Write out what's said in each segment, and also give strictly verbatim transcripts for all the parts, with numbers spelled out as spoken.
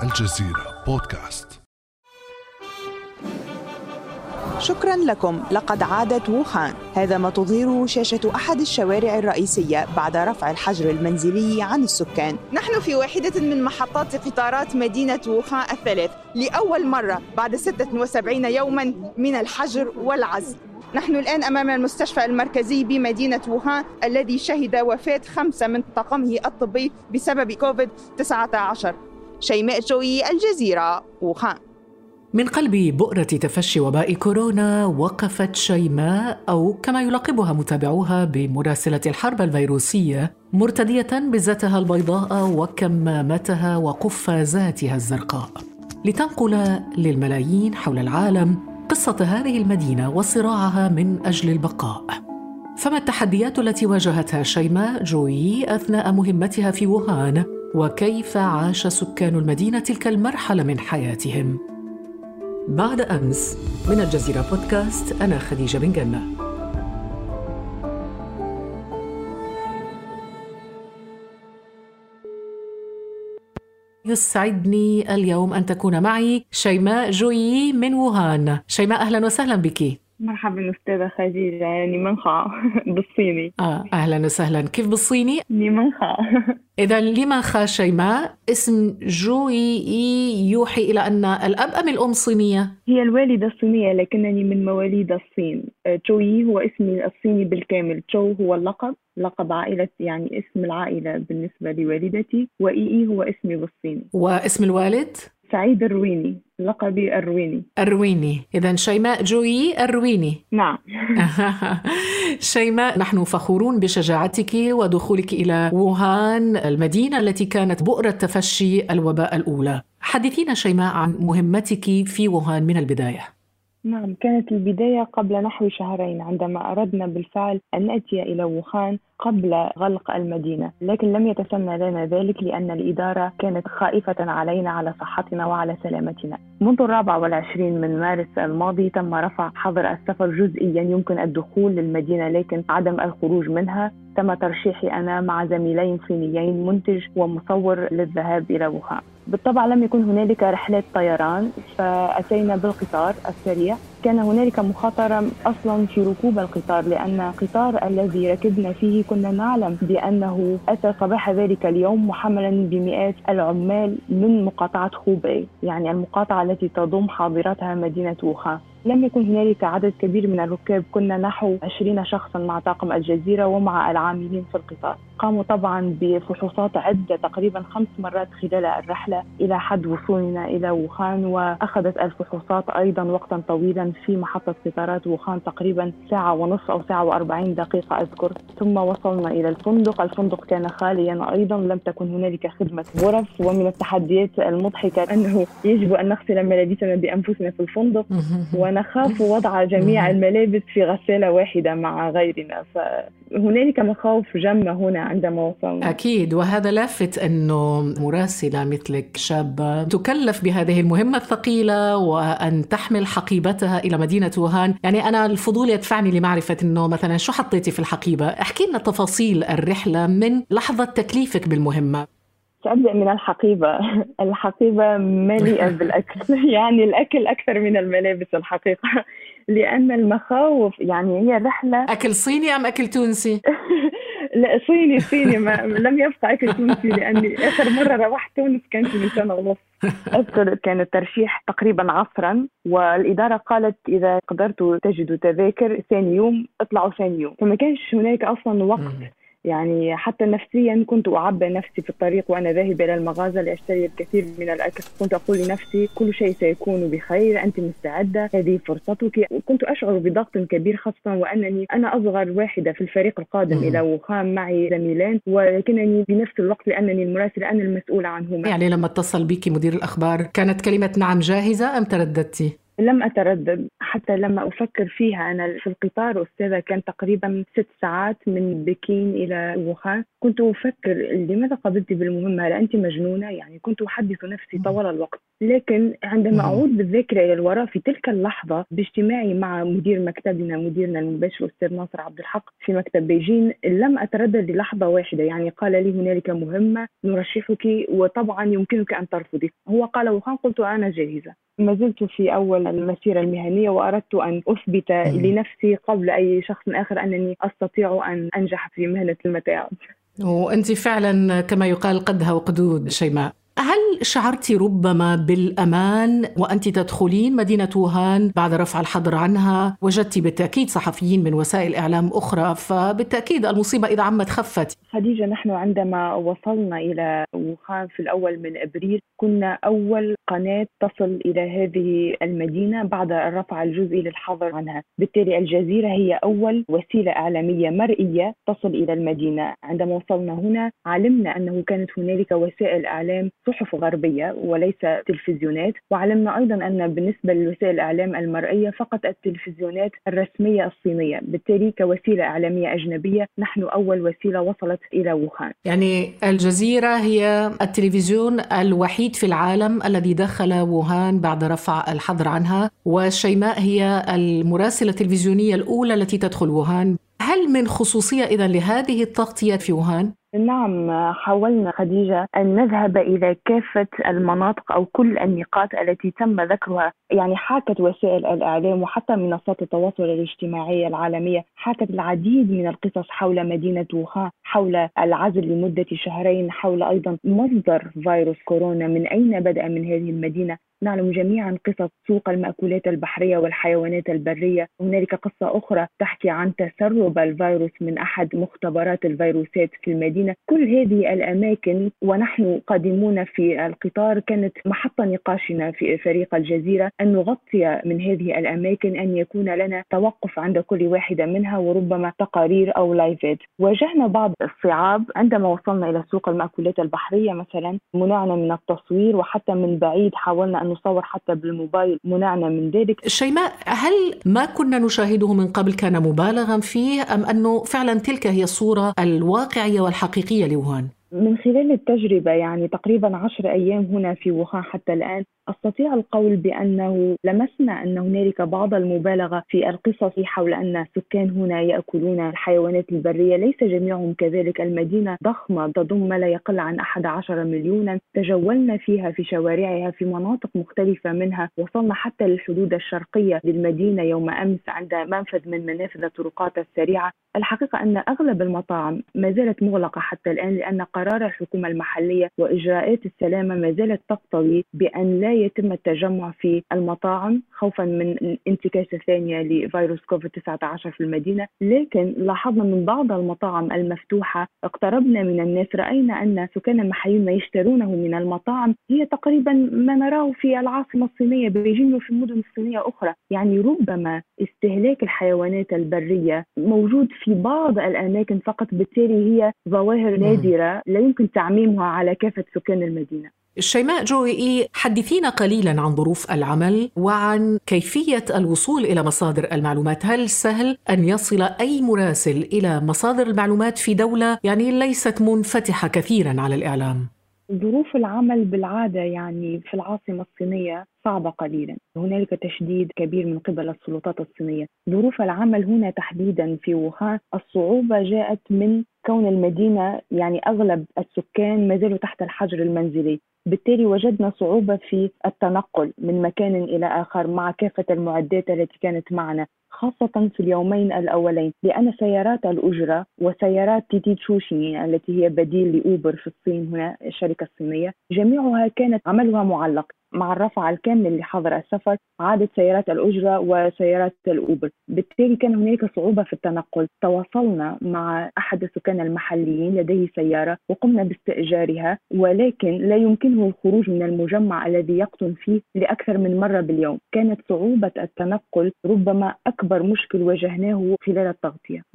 الجزيرة بودكاست. شكرا لكم. لقد عادت ووهان، هذا ما تظهره شاشة أحد الشوارع الرئيسية بعد رفع الحجر المنزلي عن السكان. نحن في واحدة من محطات قطارات مدينة ووهان الثلاث لأول مرة بعد ستة وسبعين يوما من الحجر والعزل. نحن الآن أمام المستشفى المركزي بمدينة ووهان الذي شهد وفاة خمسة من طاقمه الطبي بسبب كوفيد تسعة عشر. شيماء جوي، الجزيرة، ووهان. من قلب بؤرة تفشي وباء كورونا وقفت شيماء، أو كما يلقبها متابعوها بمراسلة الحرب الفيروسية، مرتدية بزتها البيضاء وكمامتها وقفازاتها الزرقاء، لتنقل للملايين حول العالم قصة هذه المدينة وصراعها من أجل البقاء. فما التحديات التي واجهتها شيماء جوي أثناء مهمتها في ووهان، وكيف عاش سكان المدينة تلك المرحلة من حياتهم؟ بعد أمس من الجزيرة بودكاست، أنا خديجة بن جنة. يسعدني اليوم أن تكون معي شيماء جوي من ووهان. شيماء، أهلا وسهلا بك. مرحبا أستاذة خديجة. يعني منخا بالصيني. آه أهلا وسهلا. كيف بالصيني؟ منخا. إذا لمنخا شيماء، اسم جوي يوحي إلى أن الأب أم الأم صينية؟ هي الوالدة الصينية لكنني من مواليد الصين. جوي هو اسمي الصيني بالكامل. جو هو اللقب، لقب عائلة، يعني اسم العائلة بالنسبة لوالدتي، وإي هو اسمي بالصيني. واسم الوالد؟ سعيد الرويني، لقبي الرويني. الرويني. إذن شيماء جوي الرويني. نعم. شيماء، نحن فخورون بشجاعتك ودخولك إلى ووهان، المدينة التي كانت بؤرة تفشي الوباء الأولى. حدثينا شيماء عن مهمتك في ووهان من البداية. نعم، كانت البداية قبل نحو شهرين عندما أردنا بالفعل أن نأتي إلى ووهان قبل غلق المدينة، لكن لم يتسنى لنا ذلك لأن الإدارة كانت خائفة علينا على صحتنا وعلى سلامتنا. منذ الرابع والعشرين من مارس الماضي تم رفع حظر السفر جزئيا، يمكن الدخول للمدينة لكن عدم الخروج منها. تم ترشيحي أنا مع زميلين صينيين، منتج ومصور، للذهاب إلى ووهان. بالطبع لم يكن هنالك رحلات طيران، فأتينا بالقطار السريع. كان هنالك مخاطرة أصلا في ركوب القطار، لأن القطار الذي ركبنا فيه كنا نعلم بأنه أتى صباح ذلك اليوم محملا بمئات العمال من مقاطعة خوبي، يعني المقاطعة التي تضم حاضرتها مدينة ووهان. لم يكن هنالك عدد كبير من الركاب، كنا نحو عشرين شخصا مع طاقم الجزيرة ومع العاملين في القطار. قاموا طبعا بفحوصات عدة، تقريبا خمس مرات خلال الرحلة إلى حد وصولنا إلى ووهان، وأخذت الفحوصات أيضا وقتا طويلا في محطة قطارات ووهان، تقريبا ساعة ونصف أو ساعة وأربعين دقيقة أذكر. ثم وصلنا إلى الفندق. الفندق كان خاليا أيضا، لم تكن هنالك خدمة غرف. ومن التحديات المضحكة أنه يجب أن نغسل ملابسنا بأنفسنا في الفندق، ونخاف وضع جميع الملابس في غسالة واحدة مع غيرنا. فهنالك مخاوف جمة هنا عندما وصلنا. أكيد، وهذا لافت أنه مراسلة مثلك شابة تكلف بهذه المهمة الثقيلة وأن تحمل حقيبتها إلى مدينة ووهان. يعني أنا الفضول يدفعني لمعرفة أنه مثلا شو حطيتي في الحقيبة. احكي لنا تفاصيل الرحلة من لحظة تكليفك بالمهمة. سأبدأ من الحقيبة. الحقيبة مليئة بالأكل، يعني الأكل أكثر من الملابس الحقيقة، لأن المخاوف، يعني هي رحلة. أكل صيني أم أكل تونسي؟ لا، صيني صيني، ما لم يبقى أكل تونسي، لأني آخر مرة روحت تونس كانت من سنة ونص. أذكر كان الترشيح تقريبا عصرا، والإدارة قالت إذا قدرتوا تجدوا تذاكر ثاني يوم اطلعوا ثاني يوم، فما كانش هناك أصلا وقت. يعني حتى نفسيا كنت أعبى نفسي في الطريق وأنا ذاهبة إلى المغازة لأشتري الكثير من الأكل. كنت أقول لنفسي كل شيء سيكون بخير، أنت مستعدة، هذه فرصتك. كنت أشعر بضغط كبير، خاصة وأنني أنا أصغر واحدة في الفريق القادم إلى ووهان، معي زميلان، ولكنني بنفس الوقت لأنني المراسلة أنا المسؤولة عنهما. يعني لما اتصل بك مدير الأخبار كانت كلمة نعم جاهزة أم ترددتي؟ لم أتردد حتى لما أفكر فيها. أنا في القطار أستاذة كان تقريبا ست ساعات من بكين إلى ووهان. كنت أفكر لماذا قبلت بالمهمة؟ هل أنت مجنونة؟ يعني كنت أحدث نفسي طوال الوقت. لكن عندما أعود بالذاكرة إلى الوراء في تلك اللحظة باجتماعي مع مدير مكتبنا مديرنا المباشر أستاذ ناصر عبد الحق في مكتب بيجين، لم أتردد للحظة واحدة. يعني قال لي هنالك مهمة نرشحك وطبعا يمكنك أن ترفضي. هو قال ووهان، قلت أنا جاهزة. ما زلت في أول المسيرة المهنية وأردت أن أثبت لنفسي قبل أي شخص آخر أنني أستطيع أن أنجح في مهنة المتاعب. وأنت فعلا كما يقال قدها وقدود شيماء. هل شعرتي ربما بالأمان وأنت تدخلين مدينة ووهان بعد رفع الحظر عنها؟ وجدتي بالتأكيد صحفيين من وسائل إعلام أخرى، فبالتأكيد المصيبة إذا عمت خفت. خديجة، نحن عندما وصلنا إلى ووهان في الأول من أبريل كنا أول قناة تصل إلى هذه المدينة بعد الرفع الجزئي للحظر عنها. بالتالي الجزيرة هي أول وسيلة إعلامية مرئية تصل إلى المدينة. عندما وصلنا هنا علمنا أنه كانت هنالك وسائل إعلام صحف غربية وليس تلفزيونات، وعلمنا أيضا أن بالنسبة لوسائل الإعلام المرئية فقط التلفزيونات الرسمية الصينية. بالتالي كوسيلة إعلامية أجنبية نحن أول وسيلة وصلت إلى ووهان. يعني الجزيرة هي التلفزيون الوحيد في العالم الذي دخل ووهان بعد رفع الحظر عنها، وشيماء هي المراسلة التلفزيونية الأولى التي تدخل ووهان. هل من خصوصية إذن لهذه التغطية في ووهان؟ نعم، حاولنا خديجة أن نذهب إلى كافة المناطق أو كل النقاط التي تم ذكرها. يعني حاكت وسائل الإعلام وحتى منصات التواصل الاجتماعي العالمية حاكت العديد من القصص حول مدينة ووهان، حول العزل لمدة شهرين، حول أيضا مصدر فيروس كورونا، من أين بدأ من هذه المدينة. نعلم جميعا قصص سوق المأكولات البحرية والحيوانات البرية. هنالك قصة أخرى تحكي عن تسرب الفيروس من أحد مختبرات الفيروسات في المدينة. كل هذه الأماكن ونحن قادمون في القطار كانت محط نقاشنا في فريق الجزيرة أن نغطي من هذه الأماكن، أن يكون لنا توقف عند كل واحدة منها وربما تقارير أو لايفات. واجهنا بعض الصعاب عندما وصلنا إلى سوق المأكولات البحرية مثلا، منعنا من التصوير وحتى من بعيد حاولنا أن نصور حتى بالموبايل، منعنا من ذلك. شيماء، هل ما كنا نشاهده من قبل كان مبالغا فيه أم أنه فعلا تلك هي الصورة الواقعية والحقيقية لووهان؟ من خلال التجربة يعني تقريبا عشر أيام هنا في ووهان حتى الآن أستطيع القول بأنه لمسنا أن هنالك بعض المبالغة في القصص حول أن السكان هنا يأكلون الحيوانات البرية. ليس جميعهم كذلك. المدينة ضخمة تضم ما لا يقل عن أحد عشر مليونا. تجولنا فيها في شوارعها في مناطق مختلفة منها. وصلنا حتى للحدود الشرقية للمدينة يوم أمس عند منفذ من منافذ الطرقات السريعة. الحقيقة أن أغلب المطاعم ما زالت مغلقة حتى الآن، لأن قرار الحكومة المحلية وإجراءات السلامة ما زالت تقتضي بأن لا يتم التجمع في المطاعم خوفا من الانتكاسة الثانية لفيروس كوفيد تسعة عشر في المدينة. لكن لاحظنا من بعض المطاعم المفتوحة، اقتربنا من الناس، رأينا أن سكان المحليين ما يشترونه من المطاعم هي تقريبا ما نراه في العاصمة الصينية بيجين وفي مدن صينية أخرى. يعني ربما استهلاك الحيوانات البرية موجود في بعض الأماكن فقط، بالتالي هي ظواهر نادرة لا يمكن تعميمها على كافة سكان المدينة. شيماء جويئي، حدثينا قليلا عن ظروف العمل وعن كيفية الوصول إلى مصادر المعلومات. هل سهل أن يصل أي مراسل إلى مصادر المعلومات في دولة يعني ليست منفتحة كثيرا على الإعلام؟ ظروف العمل بالعادة يعني في العاصمة الصينية صعبة قليلا. هنالك تشديد كبير من قبل السلطات الصينية. ظروف العمل هنا تحديدا في ووهان الصعوبة جاءت من كون المدينة يعني أغلب السكان ما زالوا تحت الحجر المنزلي. بالتالي وجدنا صعوبة في التنقل من مكان إلى آخر مع كافة المعدات التي كانت معنا، خاصة في اليومين الأولين، لأن سيارات الأجرة وسيارات تيتي تشوشي التي هي بديل لأوبر في الصين هنا الشركة الصينية جميعها كانت عملها معلق. مع الرفع الكامل لحظر السفر عادت سيارات الأجرة وسيارات الأوبر. بالتالي كان هناك صعوبة في التنقل. تواصلنا مع أحد السكان المحليين لديه سيارة وقمنا باستئجارها، ولكن لا يمكنه الخروج من المجمع الذي يقطن فيه لأكثر من مرة باليوم. كانت صعوبة التنقل ربما أكبر مشكل واجهناه خلال التغطية.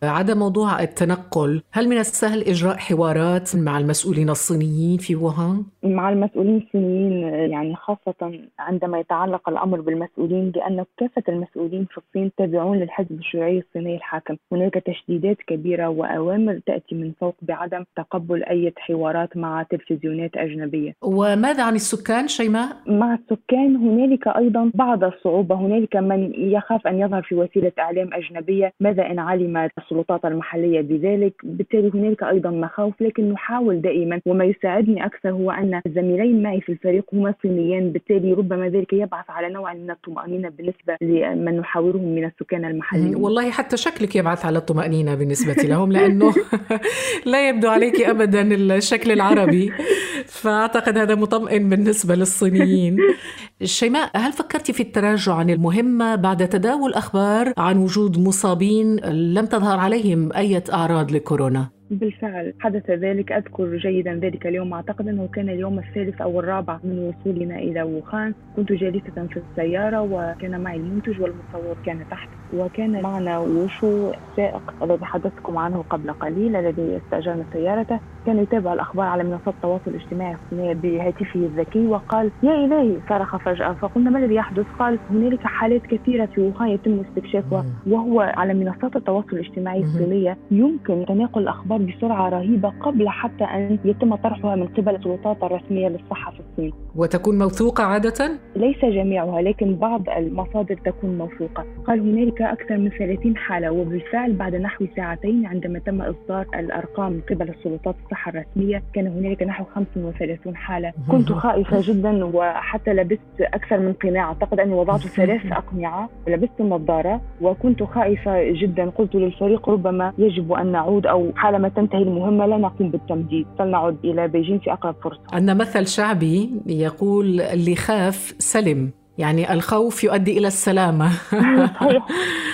عدا موضوع التنقل، هل من السهل إجراء حوارات مع المسؤولين الصينيين في ووهان؟ مع المسؤولين الصينيين يعني خاصة عندما يتعلق الأمر بالمسؤولين، لأن كافة المسؤولين في الصين تابعون للحزب الشيوعي الصيني الحاكم. هناك تشديدات كبيرة وأوامر تأتي من فوق بعدم تقبل أي حوارات مع تلفزيونات أجنبية. وماذا عن السكان شيماء؟ مع السكان هنالك أيضا بعض الصعوبة. هنالك من يخاف أن يظهر في وسيلة إعلام أجنبية ماذا إن علمت السلطات المحلية بذلك، بالتالي هنالك أيضا مخاوف. لكن نحاول دائما، وما يساعدني أكثر هو أن الزميلين معي في الفريق هما صينيين، بالتالي ربما ذلك يبعث على نوع من الطمأنينة بالنسبة لمن نحاورهم من السكان المحليين. والله حتى شكلك يبعث على الطمأنينة بالنسبة لهم، لأنه لا يبدو عليك أبدا الشكل العربي، فأعتقد هذا مطمئن بالنسبة للصينيين. شيماء، هل فكرت في التراجع عن المهمة بعد تداول أخبار عن وجود مصابين لم تظهر عليهم أي أعراض لكورونا؟ بالفعل حدث ذلك. أذكر جيدا ذلك اليوم، أعتقد أنه كان اليوم الثالث أو الرابع من وصولنا إلى ووهان. كنت جالسة في السيارة وكان معي المنتج والمصور كان تحت، وكان معنا وشو السائق الذي حدثتكم عنه قبل قليل الذي استأجرنا سيارته. كان يتابع الأخبار على منصات التواصل الاجتماعي الصينية بهاتفه الذكي، وقال يا إلهي، صرخ فجأة. فقلنا ما الذي يحدث؟ قال هنالك حالات كثيرة في ووهان يتم استكشافها. وهو على منصات التواصل الاجتماعي الصينية يمكن تناقل الأخبار بسرعة رهيبة قبل حتى أن يتم طرحها من قبل السلطات الرسمية للصحة في الصين. وتكون موثوقة عادة؟ ليس جميعها، لكن بعض المصادر تكون موثوقة. قال هنالك أكثر من ثلاثين حالة، وبالفعل بعد نحو ساعتين عندما تم إصدار الأرقام من قبل السلطات الصحة الرسمية كان هنالك نحو خمسة وثلاثين حالة. كنت خائفة جدا، وحتى لبست أكثر من قناع. أعتقد أني وضعت ثلاث أقنعة ولبست النظارة، وكنت خائفة جدا. قلت للفريق ربما يجب أن نعود، أو حالما تنتهي المهمة لا نقوم بالتمديد، فلنعود إلى بيجين في أقرب فرصة. عندنا مثل شعبي يقول اللي خاف سلم، يعني الخوف يؤدي إلى السلامة. صحيح.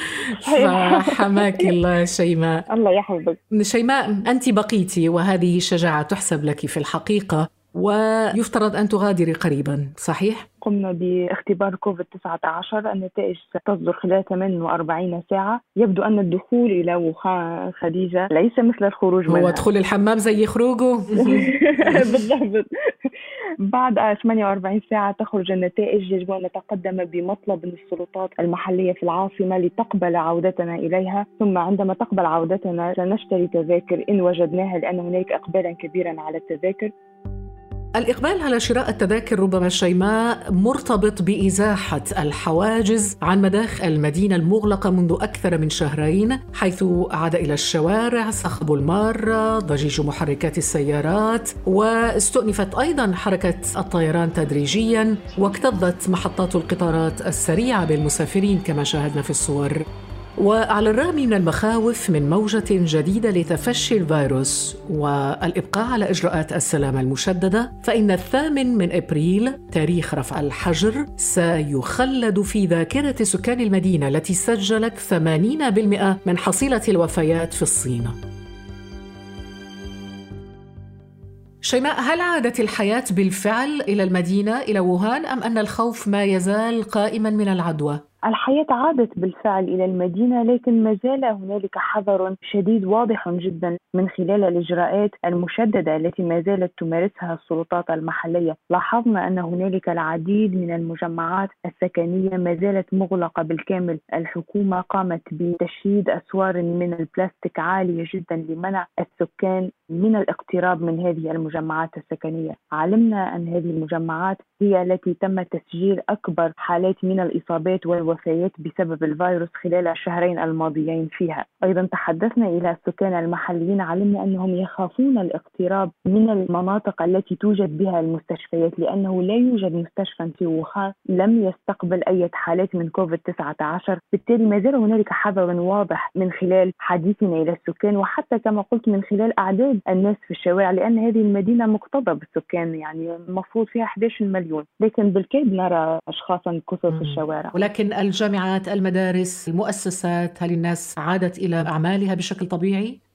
فحماك الله شيماء. الله يحفظك. شيماء، أنت بقيتي، وهذه شجاعة تحسب لك في الحقيقة، ويفترض أن تغادري قريبا، صحيح؟ قمنا باختبار كوفيد تسعة عشر، النتائج ستصدر خلال ثمانية وأربعين ساعة. يبدو أن الدخول إلى ووهان خديجة ليس مثل الخروج منها. هو دخول الحمام زي خروجه. بالضبط. بعد ثمانية وأربعين ساعة تخرج النتائج. يجب أن نتقدم بمطلب من السلطات المحلية في العاصمة لتقبل عودتنا إليها، ثم عندما تقبل عودتنا سنشتري تذاكر إن وجدناها، لأن هناك إقبالا كبيرا على التذاكر. الإقبال على شراء التذاكر ربما شيماء مرتبط بإزاحة الحواجز عن مداخل المدينة المغلقة منذ أكثر من شهرين، حيث عاد إلى الشوارع صخب المارة، ضجيج محركات السيارات، واستؤنفت أيضاً حركة الطيران تدريجياً، واكتظت محطات القطارات السريعة بالمسافرين كما شاهدنا في الصور. وعلى الرغم من المخاوف من موجة جديدة لتفشي الفيروس والإبقاء على إجراءات السلامة المشددة، فإن الثامن من أبريل تاريخ رفع الحجر سيخلد في ذاكرة سكان المدينة التي سجلت ثمانين بالمئة من حصيلة الوفيات في الصين. شيماء، هل عادت الحياة بالفعل إلى المدينة إلى ووهان، أم أن الخوف ما يزال قائما من العدوى؟ الحياة عادت بالفعل إلى المدينة، لكن ما زال هنالك حذر شديد واضح جدا من خلال الإجراءات المشددة التي ما زالت تمارسها السلطات المحلية. لاحظنا أن هنالك العديد من المجمعات السكنية ما زالت مغلقة بالكامل. الحكومة قامت بتشييد أسوار من البلاستيك عالية جدا لمنع السكان من الاقتراب من هذه المجمعات السكنية. علمنا أن هذه المجمعات هي التي تم تسجيل أكبر حالات من الإصابات والوفيات بسبب الفيروس خلال الشهرين الماضيين فيها. أيضا تحدثنا إلى السكان المحليين، علمنا أنهم يخافون الاقتراب من المناطق التي توجد بها المستشفيات، لأنه لا يوجد مستشفى في ووهان لم يستقبل أي حالات من كوفيد تسعة عشر. بالتالي ما زال هنالك حذر واضح من خلال حديثنا إلى السكان، وحتى كما قلت من خلال أعداد الناس في الشوارع، لأن هذه المدينة مكتظة بالسكان، يعني المفروض فيها أحد عشر مليون، لكن بالكاد نرى أشخاصا كثر في الشوارع. ولكن الجامعات، المدارس، المؤسسات، هل الناس عادت إلى أعمالها بشكل طبيعي؟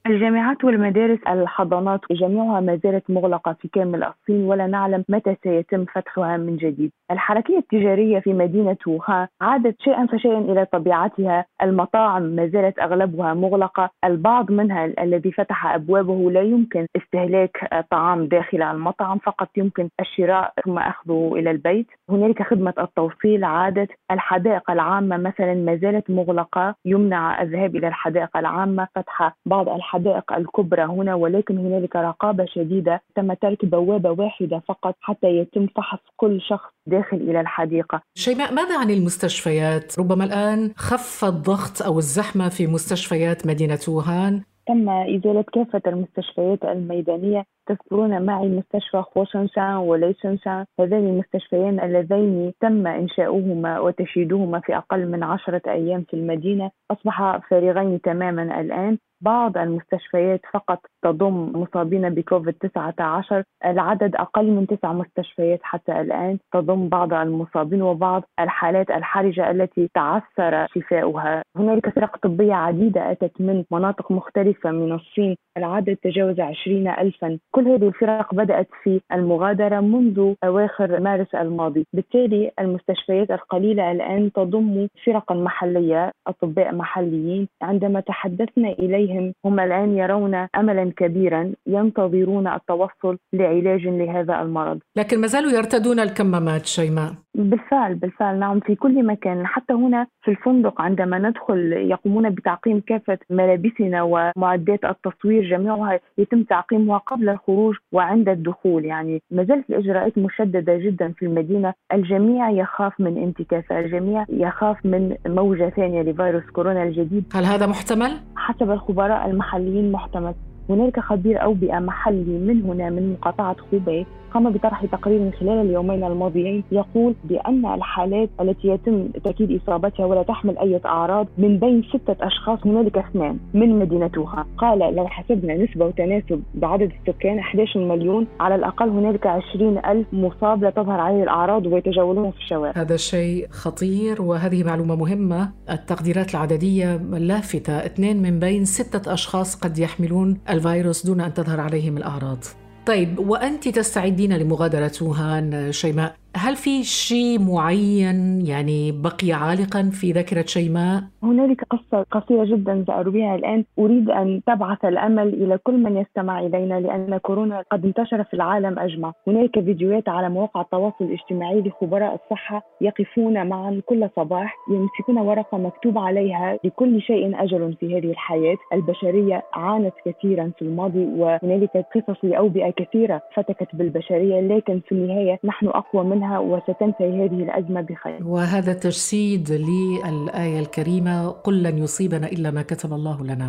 الجامعات والمدارس الحضانات جميعها ما زالت مغلقة في كامل الصين، ولا نعلم متى سيتم فتحها من جديد. الحركية التجارية في مدينة ووهان عادت شيئا فشيئا إلى طبيعتها. المطاعم ما زالت أغلبها مغلقة، البعض منها الذي فتح أبوابه لا يمكن استهلاك طعام داخل المطعم، فقط يمكن الشراء ثم أخذه إلى البيت. هنالك خدمة التوصيل عادت. الحدائق العامة مثلا ما زالت مغلقة، يمنع الذهاب إلى الحدائق العامة، فتح بعض الحدائق الكبرى هنا، ولكن هنالك رقابة شديدة. تم ترك بوابة واحدة فقط حتى يتم فحص كل شخص داخل إلى الحديقة. شيماء، ماذا عن المستشفيات؟ ربما الآن خف الضغط أو الزحمة في مستشفيات مدينة ووهان. تم إزالة كافة المستشفيات الميدانية. تذكرون معي مستشفى خوشنشان وليشنشان، هذين المستشفيان اللذين تم إنشاؤهما وتشييدهما في أقل من عشرة أيام في المدينة أصبحا فارغين تماما الآن. بعض المستشفيات فقط تضم مصابين بكوفيد تسعة عشر، العدد أقل من تسع مستشفيات حتى الآن تضم بعض المصابين وبعض الحالات الحرجة التي تعثر شفاؤها. هنالك فرق طبية عديدة أتت من مناطق مختلفة من الصين، العدد تجاوز عشرين ألفا. كل هذه الفرق بدأت في المغادرة منذ أواخر مارس الماضي، بالتالي المستشفيات القليلة الآن تضم فرقا محلية، أطباء محليين. عندما تحدثنا إليهم هم الآن يرون أملا كبيرا، ينتظرون التوصل لعلاج لهذا المرض. لكن ما زالوا يرتدون الكمامات شيماء. بالفعل بالفعل نعم، في كل مكان، حتى هنا في الفندق عندما ندخل يقومون بتعقيم كافة ملابسنا ومعدات التصوير، جميعها يتم تعقيمها قبل الخروج وعند الدخول. يعني ما زالت الإجراءات مشددة جدا في المدينة. الجميع يخاف من انتكاسة، الجميع يخاف من موجة ثانية لفيروس كورونا الجديد. هل هذا محتمل؟ حسب الخبراء المحليين محتمل. هنالك خبير أوبئة محلي من هنا من مقاطعة خوبي قام بطرح تقرير خلال اليومين الماضيين يقول بأن الحالات التي يتم تأكيد إصابتها ولا تحمل أي أعراض من بين ستة أشخاص هنالك اثنان من مدينة ووهان. قال لو حسبنا نسبة وتناسب بعدد السكان أحد عشر مليون، على الأقل هنالك عشرين ألف مصاب لا تظهر عليه الأعراض ويتجولون في الشوارع. هذا شيء خطير، وهذه معلومة مهمة. التقديرات العددية لافتة، اثنين من بين ستة أشخاص قد يحملون الفيروس دون أن تظهر عليهم الأعراض. طيب، وأنت تستعدين لمغادرة ووهان شيماء، هل في شيء معين يعني بقي عالقا في ذاكرة شيماء؟ هنالك قصة قصيرة جدا سأرويها الآن. أريد أن تبعث الأمل إلى كل من يستمع إلينا، لأن كورونا قد انتشر في العالم أجمع. هنالك فيديوهات على مواقع التواصل الاجتماعي لخبراء الصحة يقفون معا كل صباح، يمسكون ورقة مكتوب عليها لكل شيء أجل في هذه الحياة. البشرية عانت كثيرا في الماضي، وهنالك قصص لأوبئة كثيرة فتكت بالبشرية، لكن في النهاية نحن أقوى منها وستنتهي هذه الأزمة بخير. وهذا تجسيد للآية الكريمة: قل لن يصيبنا إلا ما كتب الله لنا.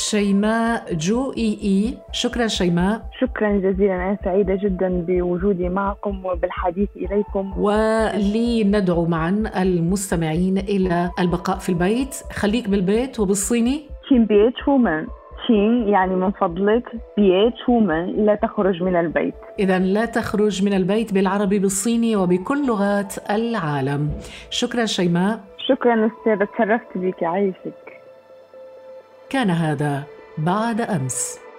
شيماء جو إي إي، شكرا شيماء. شكرا جزيلا، أنا سعيدة جدا بوجودي معكم وبالحديث إليكم. ولندعو معا المستمعين إلى البقاء في البيت. خليك بالبيت، وبالصيني تشين بيت شومان، تشين يعني من فضلك، بيت شومان لا تخرج من البيت. إذا لا تخرج من البيت بالعربي بالصيني وبكل لغات العالم. شكرا شيماء. شكرا أستاذة، تشرفت بك، عايشك. كان هذا بعد أمس.